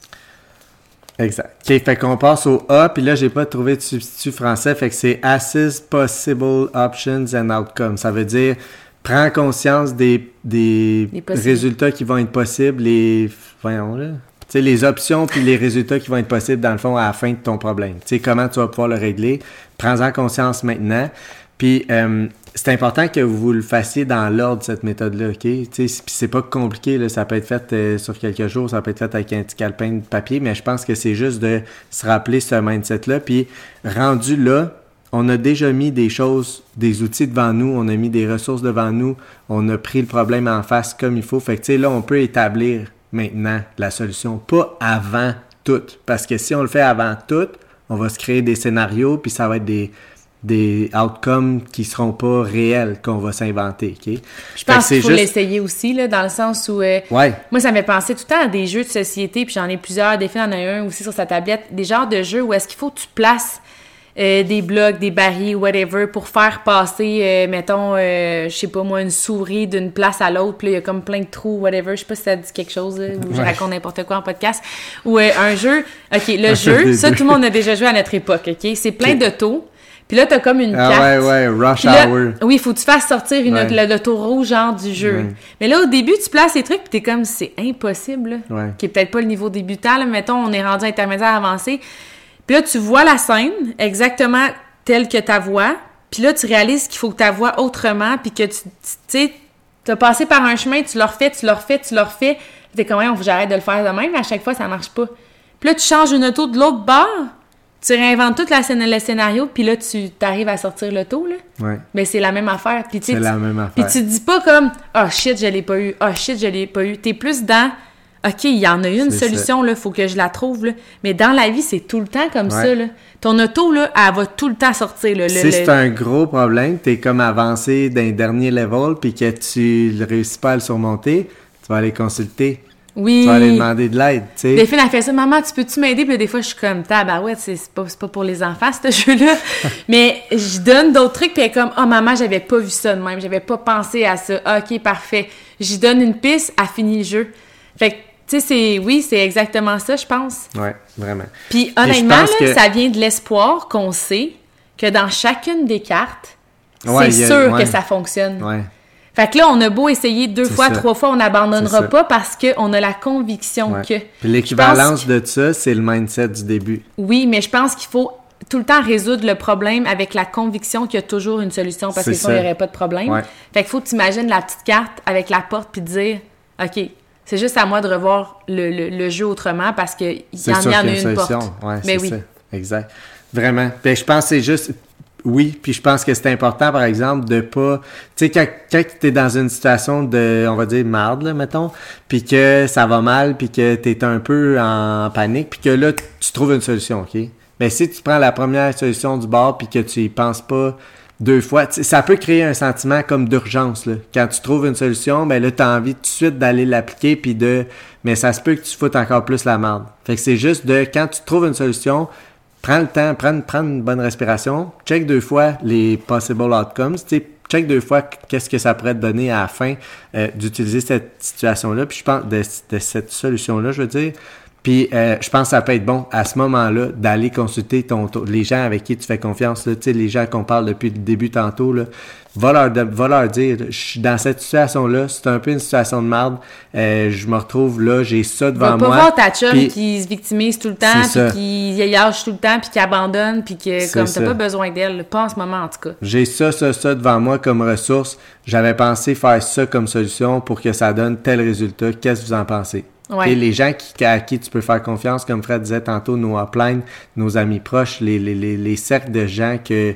Speaker 1: Exact. OK, fait qu'on passe au A, puis là, j'ai pas trouvé de substitut français, fait que c'est « Assess possible options and outcomes ». Ça veut dire « Prends conscience des, des résultats qui vont être possibles, les... Voyons, là... » Tu sais, les options puis les résultats qui vont être possibles, dans le fond, à la fin de ton problème. Tu sais, comment tu vas pouvoir le régler. Prends-en conscience maintenant. Puis, euh, c'est important que vous le fassiez dans l'ordre, cette méthode-là, OK? Tu sais, puis c'est pas compliqué, là. Ça peut être fait euh, sur quelques jours, ça peut être fait avec un petit calepin de papier, mais je pense que c'est juste de se rappeler ce mindset-là. Puis, rendu là, on a déjà mis des choses, des outils devant nous, on a mis des ressources devant nous, on a pris le problème en face comme il faut. Fait que, tu sais, là, on peut établir maintenant la solution, pas avant tout. Parce que si on le fait avant tout, on va se créer des scénarios, puis ça va être des, des outcomes qui seront pas réels qu'on va s'inventer. Okay?
Speaker 2: Je pense qu'il faut juste... l'essayer aussi, là, dans le sens où... Euh,
Speaker 1: ouais.
Speaker 2: Moi, ça m'est pensé tout le temps à des jeux de société, puis j'en ai plusieurs. Défi en a un aussi sur sa tablette. Des genres de jeux où est-ce qu'il faut que tu places Euh, des blocs, des barils, whatever, pour faire passer, euh, mettons, euh, je sais pas moi, une souris d'une place à l'autre, puis là, il y a comme plein de trous, whatever, je sais pas si ça dit quelque chose, là, ou je ouais. raconte n'importe quoi en podcast, ou euh, un jeu, ok, le jeu, ça, tout le monde a déjà joué à notre époque, ok, c'est plein okay. d'autos, puis là, t'as comme une
Speaker 1: ah,
Speaker 2: carte.
Speaker 1: ouais, ouais, rush
Speaker 2: là,
Speaker 1: hour.
Speaker 2: Oui, il faut que tu fasses sortir une, ouais. le, l'auto rouge, genre, du jeu. Ouais. Mais là, au début, tu places les trucs, puis t'es comme, c'est impossible, là,
Speaker 1: ouais.
Speaker 2: qui est peut-être pas le niveau débutant, là, mettons, on est rendu intermédiaire avancé, puis là, tu vois la scène, exactement telle que ta voix, puis là, tu réalises qu'il faut que ta voix autrement, puis que tu, tu sais, t'as passé par un chemin, tu le refais, tu le refais, tu le refais, t'es comme, on j'arrête de le faire de même, mais à chaque fois, ça marche pas. Puis là, tu changes une auto de l'autre bord, tu réinventes tout la scène, le scénario, puis là, tu t'arrives à sortir l'auto, là.
Speaker 1: Ouais.
Speaker 2: Mais c'est la même affaire. Puis,
Speaker 1: c'est
Speaker 2: tu,
Speaker 1: la même affaire.
Speaker 2: Puis tu te dis pas comme, oh shit, je l'ai pas eu, oh shit, je l'ai pas eu. T'es plus dans... OK, il y en a une c'est solution, là, faut que je la trouve, là. Mais dans la vie, c'est tout le temps comme ouais. ça, là. Ton auto, là, elle va tout le temps sortir, là. Le,
Speaker 1: si
Speaker 2: le...
Speaker 1: c'est un gros problème, t'es comme avancé d'un dernier level, puis que tu ne réussis pas à le surmonter, tu vas aller consulter.
Speaker 2: Oui.
Speaker 1: Tu vas aller demander de l'aide, tu sais.
Speaker 2: Delphine a fait ça. Maman, tu peux-tu m'aider? Puis des fois, je suis comme, tabarouette, c'est, c'est, pas, c'est pas pour les enfants, ce jeu-là. Mais je donne d'autres trucs, puis elle est comme, oh, maman, j'avais pas vu ça de même. J'avais pas pensé à ça. OK, parfait. J'y donne une piste, elle finit le jeu. Fait que, tu sais, c'est, oui, c'est exactement ça, je pense.
Speaker 1: Oui, vraiment.
Speaker 2: Puis honnêtement, là,
Speaker 1: que...
Speaker 2: ça vient de l'espoir qu'on sait que dans chacune des cartes,
Speaker 1: ouais,
Speaker 2: c'est
Speaker 1: a,
Speaker 2: sûr
Speaker 1: ouais.
Speaker 2: que ça fonctionne.
Speaker 1: Ouais.
Speaker 2: Fait que là, on a beau essayer deux
Speaker 1: c'est
Speaker 2: fois,
Speaker 1: ça.
Speaker 2: trois fois, on n'abandonnera pas parce qu'on a la conviction
Speaker 1: ouais.
Speaker 2: que...
Speaker 1: Puis l'équivalence
Speaker 2: que...
Speaker 1: de ça, c'est le mindset du début.
Speaker 2: Oui, mais je pense qu'il faut tout le temps résoudre le problème avec la conviction qu'il y a toujours une solution parce c'est que sinon, il n'y aurait pas de problème. Ouais. Fait qu'il faut que tu imagines la petite carte avec la porte puis dire, OK, c'est juste à moi de revoir le, le, le jeu autrement parce qu'il y en, y en a une, une porte.
Speaker 1: Ouais,
Speaker 2: mais
Speaker 1: c'est
Speaker 2: oui.
Speaker 1: ça. Exact. Vraiment. Puis je pense que c'est juste... Oui, puis je pense que c'est important, par exemple, de pas... Tu sais, quand, quand t'es dans une situation de, on va dire, marde, là, mettons, puis que ça va mal, puis que t'es un peu en panique, puis que là, tu trouves une solution, OK? Mais si tu prends la première solution du bord, puis que tu y penses pas deux fois, ça peut créer un sentiment comme d'urgence, là. Quand tu trouves une solution, ben là, t'as envie tout de suite d'aller l'appliquer, puis de... Mais ça se peut que tu foutes encore plus la marde. Fait que c'est juste de, quand tu trouves une solution... Prends le temps, prends, prends une bonne respiration, check deux fois les possible outcomes, tu sais, check deux fois qu'est-ce que ça pourrait te donner à la fin euh, d'utiliser cette situation-là, puis je pense de, de cette solution-là, je veux dire. Puis euh, je pense que ça peut être bon à ce moment-là d'aller consulter ton, ton les gens avec qui tu fais confiance, là, tu sais, les gens qu'on parle depuis le début tantôt, là, va leur, de, va leur dire, je suis dans cette situation-là, c'est un peu une situation de merde, euh, je me retrouve là, j'ai ça devant
Speaker 2: va
Speaker 1: moi.
Speaker 2: Va pas voir ta chum
Speaker 1: puis,
Speaker 2: qui se victimise tout le temps, puis qui yayage tout le temps, puis qui abandonne, puis que c'est comme ça. T'as pas besoin d'elle, pas en ce moment en tout cas.
Speaker 1: J'ai ça, ça, ça devant moi comme ressource, j'avais pensé faire ça comme solution pour que ça donne tel résultat, qu'est-ce que vous en pensez?
Speaker 2: Ouais.
Speaker 1: Et les gens qui, à qui tu peux faire confiance, comme Fred disait tantôt, nos uplines, nos amis proches, les, les, les, les cercles de gens que,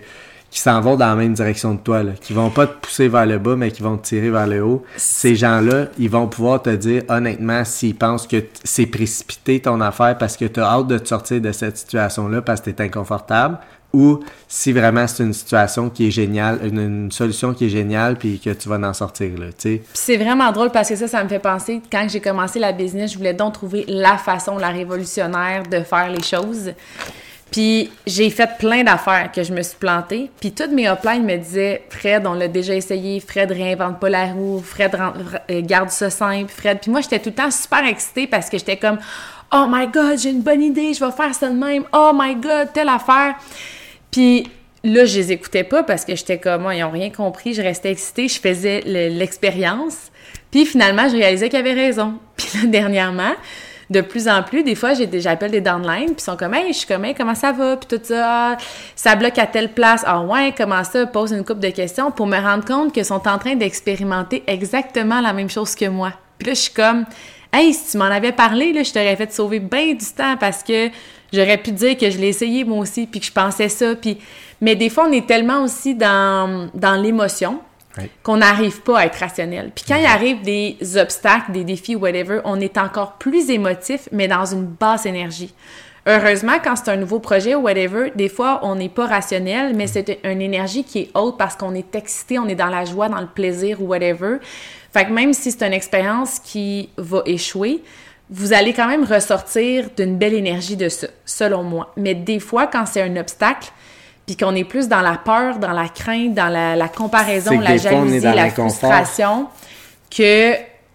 Speaker 1: qui s'en vont dans la même direction de toi, là, qui vont pas te pousser vers le bas, mais qui vont te tirer vers le haut. Ces gens-là, ils vont pouvoir te dire, honnêtement, s'ils pensent que t- c'est précipité ton affaire parce que tu as hâte de te sortir de cette situation-là parce que tu es inconfortable, ou si vraiment c'est une situation qui est géniale, une, une solution qui est géniale, puis que tu vas en sortir, là, tu sais.
Speaker 2: Puis c'est vraiment drôle parce que ça, ça me fait penser, quand j'ai commencé la business, je voulais donc trouver la façon, la révolutionnaire de faire les choses. Puis j'ai fait plein d'affaires que je me suis plantée. Puis toutes mes uplines me disaient « Fred, on l'a déjà essayé. Fred, réinvente pas la roue. Fred, rend, euh, garde ça simple. Fred. » Puis moi, j'étais tout le temps super excitée parce que j'étais comme « Oh my God, j'ai une bonne idée. Je vais faire ça de même. Oh my God, telle affaire. » Puis là, je les écoutais pas parce que j'étais comme « Ils ont rien compris. » Je restais excitée. Je faisais le, l'expérience. Puis finalement, je réalisais qu'ils avaient raison. Puis là, dernièrement... De plus en plus, des fois, j'ai des, j'appelle des downlines, puis ils sont comme « Hey, je suis comme, hey, comment ça va? » Puis tout ça, ah, ça bloque à telle place. « Ah ouais, comment ça? » Pose une couple de questions pour me rendre compte qu'ils sont en train d'expérimenter exactement la même chose que moi. Puis là, je suis comme « Hey, si tu m'en avais parlé, là, je t'aurais fait sauver bien du temps parce que j'aurais pu te dire que je l'ai essayé moi aussi, puis que je pensais ça. » Puis mais des fois, on est tellement aussi dans, dans l'émotion, oui, qu'on n'arrive pas à être rationnel. Puis quand mmh. il arrive des obstacles, des défis, whatever, on est encore plus émotif, mais dans une basse énergie. Heureusement, quand c'est un nouveau projet ou whatever, des fois, on n'est pas rationnel, mais c'est une énergie qui est haute parce qu'on est excité, on est dans la joie, dans le plaisir ou whatever. Fait que même si c'est une expérience qui va échouer, vous allez quand même ressortir d'une belle énergie de ça, selon moi. Mais des fois, quand c'est un obstacle, puis qu'on est plus dans la peur, dans la crainte, dans la, la comparaison, la jalousie, la frustration, que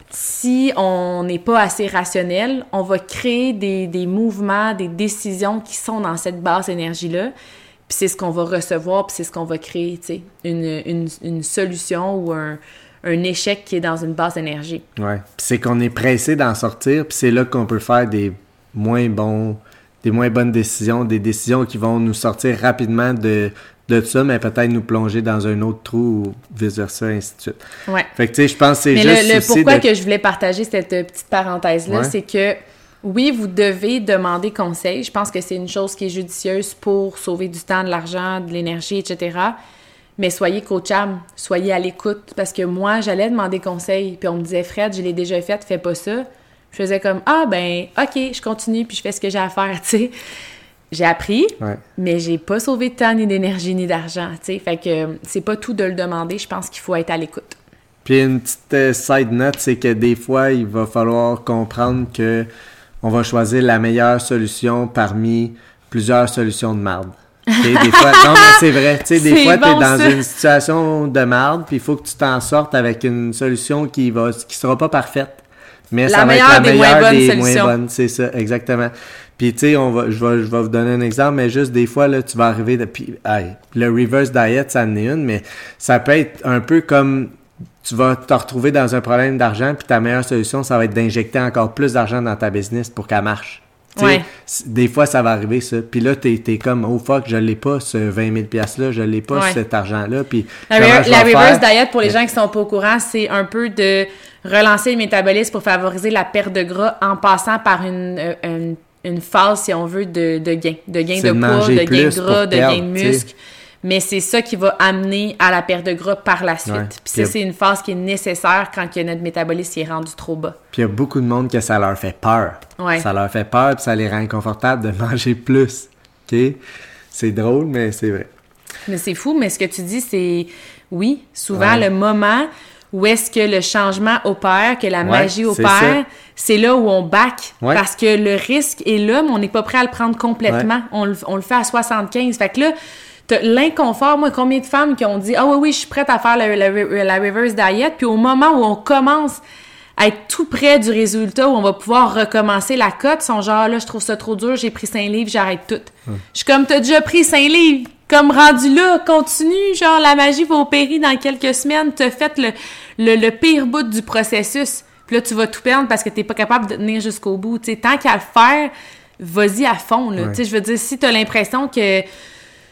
Speaker 2: si on n'est pas assez rationnel, on va créer des, des mouvements, des décisions qui sont dans cette basse énergie-là, puis c'est ce qu'on va recevoir, puis c'est ce qu'on va créer, tu sais, une, une, une solution ou un, un échec qui est dans une basse énergie.
Speaker 1: Ouais, puis c'est qu'on est pressé d'en sortir, puis c'est là qu'on peut faire des moins bons... des moins bonnes décisions, des décisions qui vont nous sortir rapidement de, de ça, mais peut-être nous plonger dans un autre trou ou vice-versa, ainsi de suite.
Speaker 2: Ouais.
Speaker 1: Fait que, tu sais, je pense que c'est
Speaker 2: mais
Speaker 1: juste...
Speaker 2: Mais le, le pourquoi
Speaker 1: de...
Speaker 2: que je voulais partager cette petite parenthèse-là, ouais. c'est que, oui, vous devez demander conseil. Je pense que c'est une chose qui est judicieuse pour sauver du temps, de l'argent, de l'énergie, et cetera. Mais soyez coachable, soyez à l'écoute. Parce que moi, j'allais demander conseil, puis on me disait « Fred, je l'ai déjà fait, fais pas ça. » Je faisais comme « Ah, ben, OK, je continue, puis je fais ce que j'ai à faire, tu sais. » J'ai appris, ouais. mais j'ai pas sauvé de temps, ni d'énergie, ni d'argent, tu sais. Fait que c'est pas tout de le demander, je pense qu'il faut être à l'écoute.
Speaker 1: Puis une petite euh, side note, c'est que des fois, il va falloir comprendre que on va choisir la meilleure solution parmi plusieurs solutions de marde. Okay? Des fois, non, mais c'est vrai. Tu sais, des c'est fois, bon, t'es dans ça. Une situation de marde, puis il faut que tu t'en sortes avec une solution qui va, qui sera pas parfaite. Mais la ça va être la meilleure des moins bonnes, des moins bonnes, c'est ça, exactement. Puis tu sais, on va, je vais, je vais vous donner un exemple, mais juste des fois là, tu vas arriver de, puis, hey, le reverse diet, ça en est une, mais ça peut être un peu comme tu vas te retrouver dans un problème d'argent, puis ta meilleure solution, ça va être d'injecter encore plus d'argent dans ta business pour qu'elle marche. Tu sais, des fois, ça va arriver, ça. Puis là, t'es, t'es comme, oh fuck, je l'ai pas, ce vingt mille piastres-là, je l'ai pas, ouais. cet argent-là. Puis
Speaker 2: la, re- la reverse diet, pour les gens qui sont pas au courant, c'est un peu de relancer le métabolisme pour favoriser la perte de gras en passant par une, euh, une, une phase, si on veut, de, de gain. De gain de, de poids, de gain de gras, de gain de muscle. T'sais. Mais c'est ça qui va amener à la perte de gras par la suite. Ouais. Puis ça, a... c'est une phase qui est nécessaire quand que notre métabolisme est rendu trop bas.
Speaker 1: Puis il y a beaucoup de monde que ça leur fait peur. Ouais. Ça leur fait peur, puis ça les rend inconfortables de manger plus. OK? C'est drôle, mais c'est vrai.
Speaker 2: Mais c'est fou, mais ce que tu dis, c'est... Oui, souvent, ouais. le moment où est-ce que le changement opère, que la ouais, magie opère, c'est, c'est là où on back. Ouais. Parce que le risque est là, mais on n'est pas prêt à le prendre complètement. Ouais. On, le, on le fait à soixante-quinze. Fait que là... T'as l'inconfort, moi, combien de femmes qui ont dit « Ah oui, oui, je suis prête à faire la, la, la reverse diet », puis au moment où on commence à être tout près du résultat, où on va pouvoir recommencer la cote, sont genre « Là, je trouve ça trop dur, j'ai pris cinq livres, j'arrête tout. Hum. » Je suis comme « T'as déjà pris cinq livres, comme rendu là, continue, genre la magie va opérer dans quelques semaines, t'as fait le, le, le pire bout du processus. » Puis là, tu vas tout perdre parce que t'es pas capable de tenir jusqu'au bout. T'sais, tant qu'à le faire, vas-y à fond. Là. Ouais. Je veux dire, si t'as l'impression que...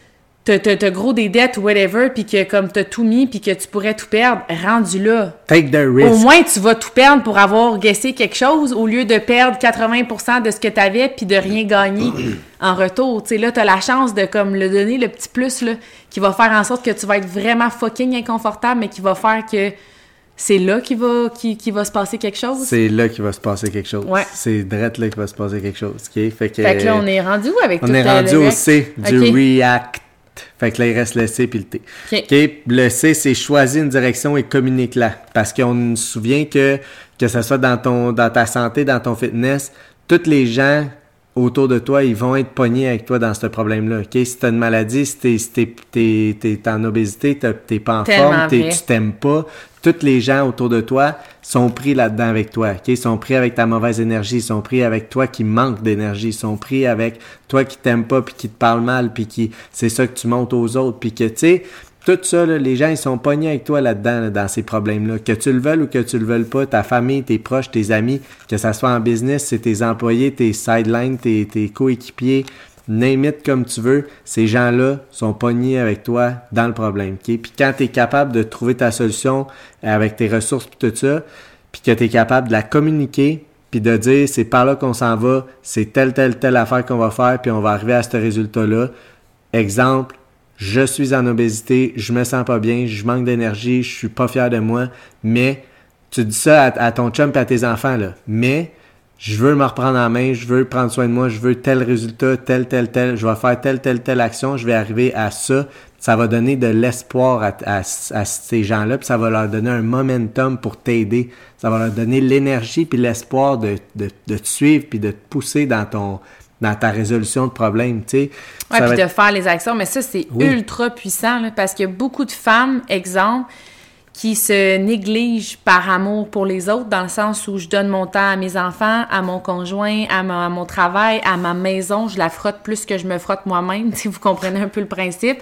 Speaker 2: t'as, t'as, t'as gros des dettes ou whatever, puis que comme t'as tout mis, puis que tu pourrais tout perdre, rendu là.
Speaker 1: Take the risk.
Speaker 2: Au moins, tu vas tout perdre pour avoir guessé quelque chose, au lieu de perdre quatre-vingts pour cent de ce que t'avais, puis de rien gagner en retour. Tu sais, là, t'as la chance de comme le donner, le petit plus, là, qui va faire en sorte que tu vas être vraiment fucking inconfortable, mais qui va faire que c'est là qu'il va, qu'il, qu'il va se passer quelque chose.
Speaker 1: C'est là qu'il va se passer quelque chose.
Speaker 2: Ouais.
Speaker 1: C'est direct là qu'il va se passer quelque chose. Okay? Fait que,
Speaker 2: fait que là, on est rendu où avec
Speaker 1: on
Speaker 2: tout
Speaker 1: est
Speaker 2: le
Speaker 1: rendu
Speaker 2: le
Speaker 1: au
Speaker 2: rec?
Speaker 1: C, du
Speaker 2: okay.
Speaker 1: React. Fait que là, il reste le C puis le T.
Speaker 2: Okay.
Speaker 1: Okay? Le C, c'est choisir une direction et communique-la. Parce qu'on se souvient que, que ce soit dans ton, dans ta santé, dans ton fitness, tous les gens autour de toi, ils vont être pognés avec toi dans ce problème-là. Okay? Si tu as une maladie, si tu es, es en obésité, tu n'es pas en
Speaker 2: Tellement
Speaker 1: forme,
Speaker 2: vrai.
Speaker 1: tu t'aimes pas, tous les gens autour de toi sont pris là-dedans avec toi. Okay? Ils sont pris avec ta mauvaise énergie, ils sont pris avec toi qui manque d'énergie, ils sont pris avec toi qui t'aimes pas, puis qui te parle mal, puis qui c'est ça que tu montres aux autres, puis que, tu sais, tout ça, là, les gens, ils sont pognés avec toi là-dedans, là, dans ces problèmes-là. Que tu le veuilles ou que tu le veuilles pas, ta famille, tes proches, tes amis, que ça soit en business, c'est tes employés, tes sidelines, tes, tes coéquipiers, name it comme tu veux, ces gens-là sont pognés avec toi dans le problème. Okay? Puis quand tu es capable de trouver ta solution avec tes ressources et tout ça, puis que tu es capable de la communiquer, puis de dire c'est par là qu'on s'en va, c'est telle, telle, telle affaire qu'on va faire, puis on va arriver à ce résultat-là. Exemple, je suis en obésité, je me sens pas bien, je manque d'énergie, je suis pas fier de moi, mais tu dis ça à, à ton chum et à tes enfants, là, mais je veux me reprendre en main, je veux prendre soin de moi, je veux tel résultat, tel, tel, tel, je vais faire telle, telle, telle action, je vais arriver à ça. Ça va donner de l'espoir à, à, à ces gens-là, puis ça va leur donner un momentum pour t'aider. Ça va leur donner l'énergie puis l'espoir de, de, de te suivre puis de te pousser dans ton dans ta résolution de problème, tu sais.
Speaker 2: Oui, puis
Speaker 1: être...
Speaker 2: de faire les actions, mais ça, c'est oui. ultra puissant, là, parce qu'il y a beaucoup de femmes, exemple, qui se négligent par amour pour les autres, dans le sens où je donne mon temps à mes enfants, à mon conjoint, à, ma, à mon travail, à ma maison, je la frotte plus que je me frotte moi-même, si vous comprenez un peu le principe.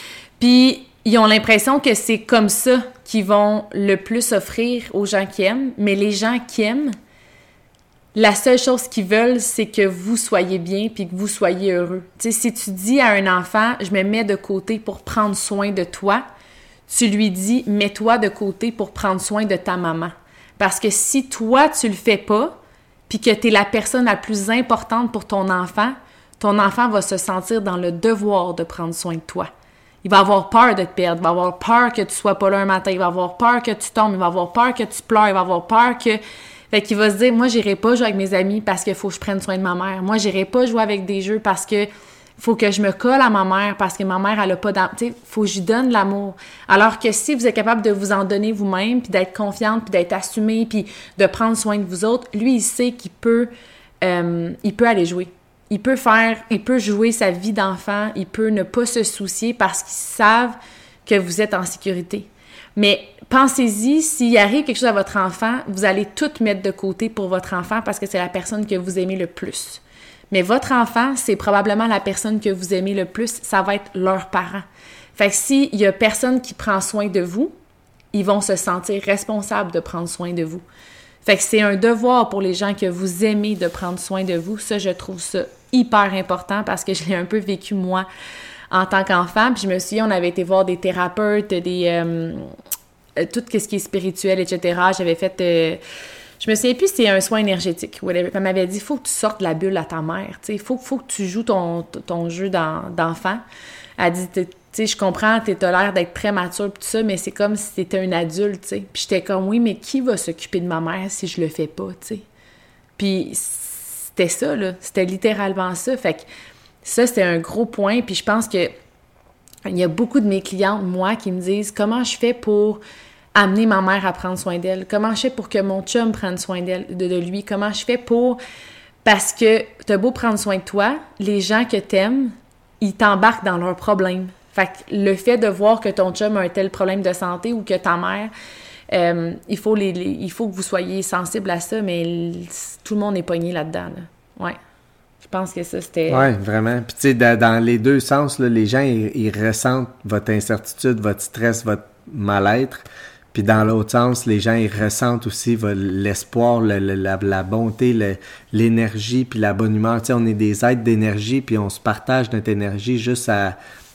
Speaker 2: Puis, ils ont l'impression que c'est comme ça qu'ils vont le plus offrir aux gens qui aiment, mais les gens qui aiment, la seule chose qu'ils veulent, c'est que vous soyez bien puis que vous soyez heureux. Tu sais, si tu dis à un enfant, je me mets de côté pour prendre soin de toi, tu lui dis, mets-toi de côté pour prendre soin de ta maman. Parce que si toi, tu le fais pas, puis que tu es la personne la plus importante pour ton enfant, ton enfant va se sentir dans le devoir de prendre soin de toi. Il va avoir peur de te perdre, il va avoir peur que tu sois pas là un matin, il va avoir peur que tu tombes, il va avoir peur que tu pleures, il va avoir peur que... Fait qu'il va se dire, moi, j'irai pas jouer avec mes amis parce qu'il faut que je prenne soin de ma mère. Moi, j'irai pas jouer avec des jeux parce que faut que je me colle à ma mère parce que ma mère, elle a pas d'am... Tu sais, faut que je lui donne l'amour. Alors que si vous êtes capable de vous en donner vous-même, puis d'être confiante, puis d'être assumée, puis de prendre soin de vous autres, lui, il sait qu'il peut, euh, il peut aller jouer. Il peut faire, il peut jouer sa vie d'enfant, il peut ne pas se soucier parce qu'ils savent que vous êtes en sécurité. Mais pensez-y, s'il arrive quelque chose à votre enfant, vous allez tout mettre de côté pour votre enfant parce que c'est la personne que vous aimez le plus. Mais votre enfant, c'est probablement la personne que vous aimez le plus, ça va être leurs parents. Fait que s'il y a personne qui prend soin de vous, ils vont se sentir responsables de prendre soin de vous. Fait que c'est un devoir pour les gens que vous aimez de prendre soin de vous. Ça, je trouve ça hyper important parce que je l'ai un peu vécu, moi, en tant qu'enfant. Puis je me souviens, on avait été voir des thérapeutes, des euh, tout ce qui est spirituel, et cetera. J'avais fait... Euh, je me souviens plus si c'est un soin énergétique. Elle m'avait dit, il faut que tu sortes de la bulle à ta mère. Il faut, faut que tu joues ton, ton jeu d'enfant. Elle dit, tu sais, je comprends, tu as l'air d'être très mature pis tout ça, mais c'est comme si tu étais un adulte, tu sais. Puis j'étais comme, oui, mais qui va s'occuper de ma mère si je le fais pas, tu sais? Puis c'était ça, là. C'était littéralement ça. Fait que ça, c'était un gros point. Puis je pense que il y a beaucoup de mes clientes, moi, qui me disent, comment je fais pour amener ma mère à prendre soin d'elle? Comment je fais pour que mon chum prenne soin d'elle, de, de lui? Comment je fais pour... Parce que t'as beau prendre soin de toi, les gens que t'aimes, ils t'embarquent dans leurs problèmes. Fait que le fait de voir que ton chum a un tel problème de santé ou que ta mère, euh, il faut les, les, il faut que vous soyez sensible à ça, mais l- tout le monde est pogné là-dedans. Là. Ouais. Je pense que ça, c'était...
Speaker 1: Oui, vraiment. Puis tu sais, dans, dans les deux sens, là, les gens, ils, ils ressentent votre incertitude, votre stress, votre mal-être. Puis dans l'autre sens, les gens, ils ressentent aussi l'espoir, le, le, la, la bonté, le, l'énergie, puis la bonne humeur. Tu sais, on est des êtres d'énergie, puis on se partage notre énergie juste à,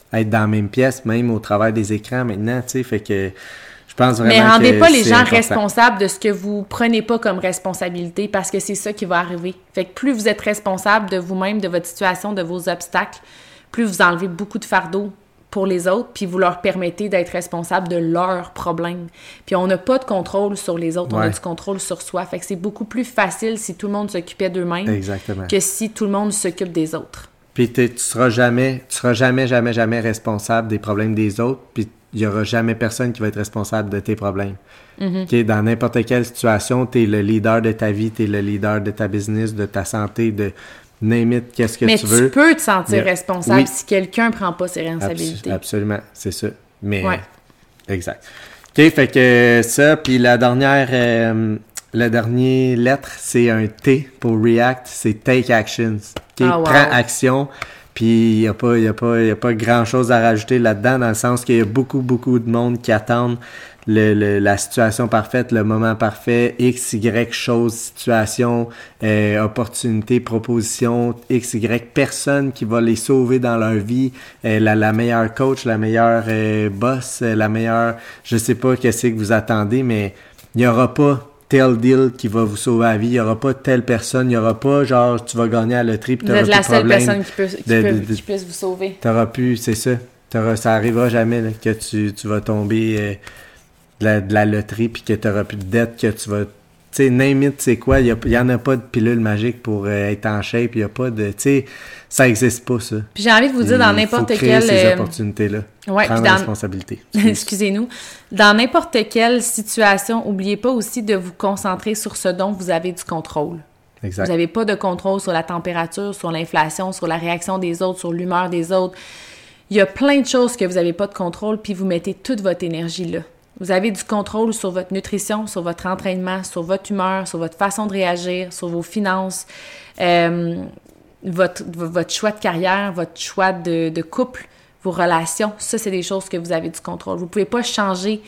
Speaker 1: être dans la même pièce, même au travers des écrans maintenant, tu sais, fait que je pense vraiment
Speaker 2: Mais rendez
Speaker 1: que
Speaker 2: pas les
Speaker 1: c'est
Speaker 2: gens
Speaker 1: important.
Speaker 2: responsables de ce que vous prenez pas comme responsabilité, parce que c'est ça qui va arriver. Fait que plus vous êtes responsable de vous-même, de votre situation, de vos obstacles, plus vous enlevez beaucoup de fardeau pour les autres, puis vous leur permettez d'être responsables de leurs problèmes. Puis on n'a pas de contrôle sur les autres,
Speaker 1: Ouais.
Speaker 2: on a du contrôle sur soi. Fait que c'est beaucoup plus facile si tout le monde s'occupait d'eux-mêmes
Speaker 1: Exactement.
Speaker 2: que si tout le monde s'occupe des autres.
Speaker 1: Puis t'es- tu seras jamais, tu seras jamais, jamais, jamais responsable des problèmes des autres, puis il y aura jamais personne qui va être responsable de tes problèmes.
Speaker 2: Mm-hmm.
Speaker 1: OK? Dans n'importe quelle situation, t'es le leader de ta vie, t'es le leader de ta business, de ta santé, de name it, qu'est-ce que
Speaker 2: Mais
Speaker 1: tu veux.
Speaker 2: tu peux te sentir
Speaker 1: Mais-
Speaker 2: responsable
Speaker 1: oui.
Speaker 2: si quelqu'un prend pas ses
Speaker 1: Abs-
Speaker 2: responsabilités.
Speaker 1: absolument, c'est ça. Mais,
Speaker 2: Ouais.
Speaker 1: exact. OK, fait que ça, puis la dernière, euh, la dernière lettre, c'est un T pour React, c'est Take Actions. OK?
Speaker 2: Ah, wow.
Speaker 1: Prends action. Puis il n'y a pas, y a pas, y a pas grand-chose à rajouter là-dedans, dans le sens qu'il y a beaucoup, beaucoup de monde qui attendent le, le- la situation parfaite, le moment parfait, X, Y chose, situation, euh, opportunité, proposition, X, Y, personne qui va les sauver dans leur vie, euh, la, la meilleure coach, la meilleure euh, boss, euh, la meilleure, je sais pas qu'est-ce que vous attendez, mais il n'y aura pas tel deal qui va vous sauver la vie, il n'y aura pas telle personne, il n'y aura pas genre tu vas gagner à la loterie puis
Speaker 2: Vous
Speaker 1: t'auras
Speaker 2: êtes
Speaker 1: plus
Speaker 2: la
Speaker 1: de
Speaker 2: seule
Speaker 1: problème.
Speaker 2: personne qui, peut, qui,
Speaker 1: de-
Speaker 2: peut-
Speaker 1: de- de-
Speaker 2: qui puisse vous sauver.
Speaker 1: T'auras pu, c'est ça. T'auras, ça arrivera jamais là, que tu, tu vas tomber euh, de, la, de la loterie puis que t'auras plus de dette, que tu vas... Tu sais, name it, c'est quoi? Il y, y en a pas de pilule magique pour euh, être en shape. Il y a pas de... Tu sais, ça existe pas, ça.
Speaker 2: Puis j'ai envie de vous dire, dans
Speaker 1: Il
Speaker 2: n'importe
Speaker 1: faut créer
Speaker 2: quel...
Speaker 1: ces
Speaker 2: euh,
Speaker 1: opportunités-là.
Speaker 2: ouais,
Speaker 1: Prendre
Speaker 2: puis dans-
Speaker 1: responsabilité.
Speaker 2: Excusez-nous. Dans n'importe quelle situation, n'oubliez pas aussi de vous concentrer sur ce dont vous avez du contrôle.
Speaker 1: Exact.
Speaker 2: Vous n'avez pas de contrôle sur la température, sur l'inflation, sur la réaction des autres, sur l'humeur des autres. Il y a plein de choses que vous n'avez pas de contrôle, puis vous mettez toute votre énergie là. Vous avez du contrôle sur votre nutrition, sur votre entraînement, sur votre humeur, sur votre façon de réagir, sur vos finances, euh, votre, votre choix de carrière, votre choix de, de couple, vos relations. Ça, c'est des choses que vous avez du contrôle. Vous ne pouvez pas changer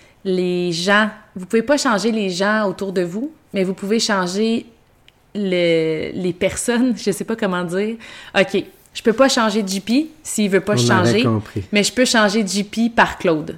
Speaker 2: les gens. Vous pouvez pas changer les gens autour de vous, mais vous pouvez changer le, les personnes. Je sais pas comment dire. OK. Je peux pas changer J P s'il veut pas
Speaker 1: On
Speaker 2: changer,
Speaker 1: avait compris.
Speaker 2: mais je peux changer J P par Claude.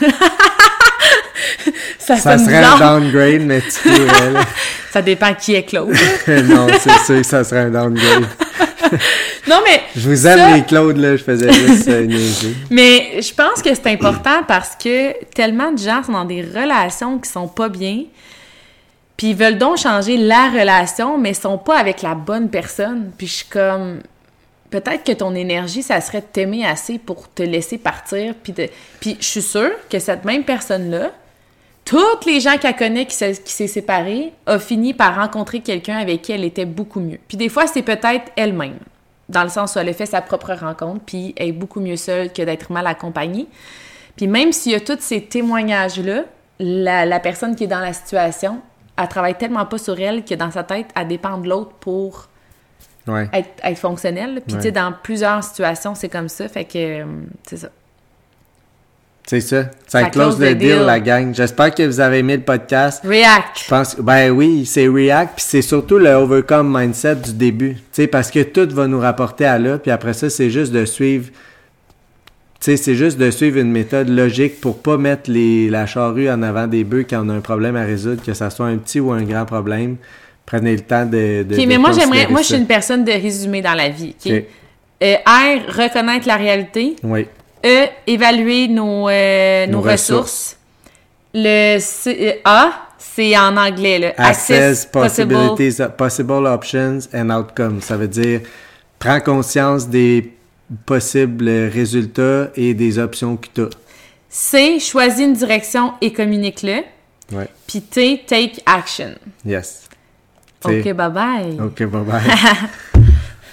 Speaker 2: ça
Speaker 1: Ça
Speaker 2: sonne
Speaker 1: serait
Speaker 2: bizarre.
Speaker 1: un downgrade, mais tu pourrais, là.
Speaker 2: Ça dépend qui est Claude.
Speaker 1: Non, c'est sûr que ça serait un downgrade.
Speaker 2: Non, mais...
Speaker 1: Je vous aime,
Speaker 2: ça-
Speaker 1: les Claude, là. Je faisais juste euh, niaiser.
Speaker 2: Mais je pense que c'est important parce que tellement de gens sont dans des relations qui sont pas bien, puis ils veulent donc changer la relation, mais ils sont pas avec la bonne personne. Puis je suis comme... Peut-être que ton énergie, ça serait de t'aimer assez pour te laisser partir. Puis, de... puis je suis sûre que cette même personne-là, toutes les gens qu'elle connaît qui s'est, qui s'est séparée, a fini par rencontrer quelqu'un avec qui elle était beaucoup mieux. Puis des fois, c'est peut-être elle-même, dans le sens où elle a fait sa propre rencontre, puis elle est beaucoup mieux seule que d'être mal accompagnée. Puis même s'il y a tous ces témoignages-là, la, la personne qui est dans la situation, elle travaille tellement pas sur elle que dans sa tête, elle dépend de l'autre pour
Speaker 1: Ouais.
Speaker 2: être, être fonctionnelle. Puis
Speaker 1: Ouais.
Speaker 2: tu sais, dans plusieurs situations, c'est comme ça. Fait que, euh, c'est ça.
Speaker 1: C'est ça. Ça,
Speaker 2: Ça
Speaker 1: close
Speaker 2: close
Speaker 1: le
Speaker 2: the
Speaker 1: deal,
Speaker 2: deal.
Speaker 1: la gang. J'espère que vous avez aimé le podcast.
Speaker 2: React!
Speaker 1: Je pense, ben oui, c'est React, puis c'est surtout le Overcome Mindset du début. Tu sais, parce que tout va nous rapporter à là, puis après ça, c'est juste de suivre. Tu sais, c'est juste de suivre une méthode logique pour pas mettre les, la charrue en avant des bœufs quand on a un problème à résoudre, que ça soit un petit ou un grand problème. Prenez le temps de. de
Speaker 2: OK,
Speaker 1: de
Speaker 2: mais moi,
Speaker 1: considérer
Speaker 2: j'aimerais... Moi, je suis
Speaker 1: ça.
Speaker 2: une personne de résumé dans la vie, OK?
Speaker 1: OK.
Speaker 2: Euh, R, reconnaître la réalité.
Speaker 1: Oui.
Speaker 2: E, évaluer nos, euh, nos,
Speaker 1: Nos
Speaker 2: ressources. Le C- euh, A, c'est en anglais, là.
Speaker 1: Access,
Speaker 2: possible.
Speaker 1: possibilities, possible options and outcomes. Ça veut dire, prends conscience des possibles résultats et des options que tu as.
Speaker 2: C, choisis une direction et communique-le.
Speaker 1: Ouais.
Speaker 2: Puis T, take action.
Speaker 1: Yes.
Speaker 2: OK,
Speaker 1: T'sais,
Speaker 2: bye-bye.
Speaker 1: OK, bye bye.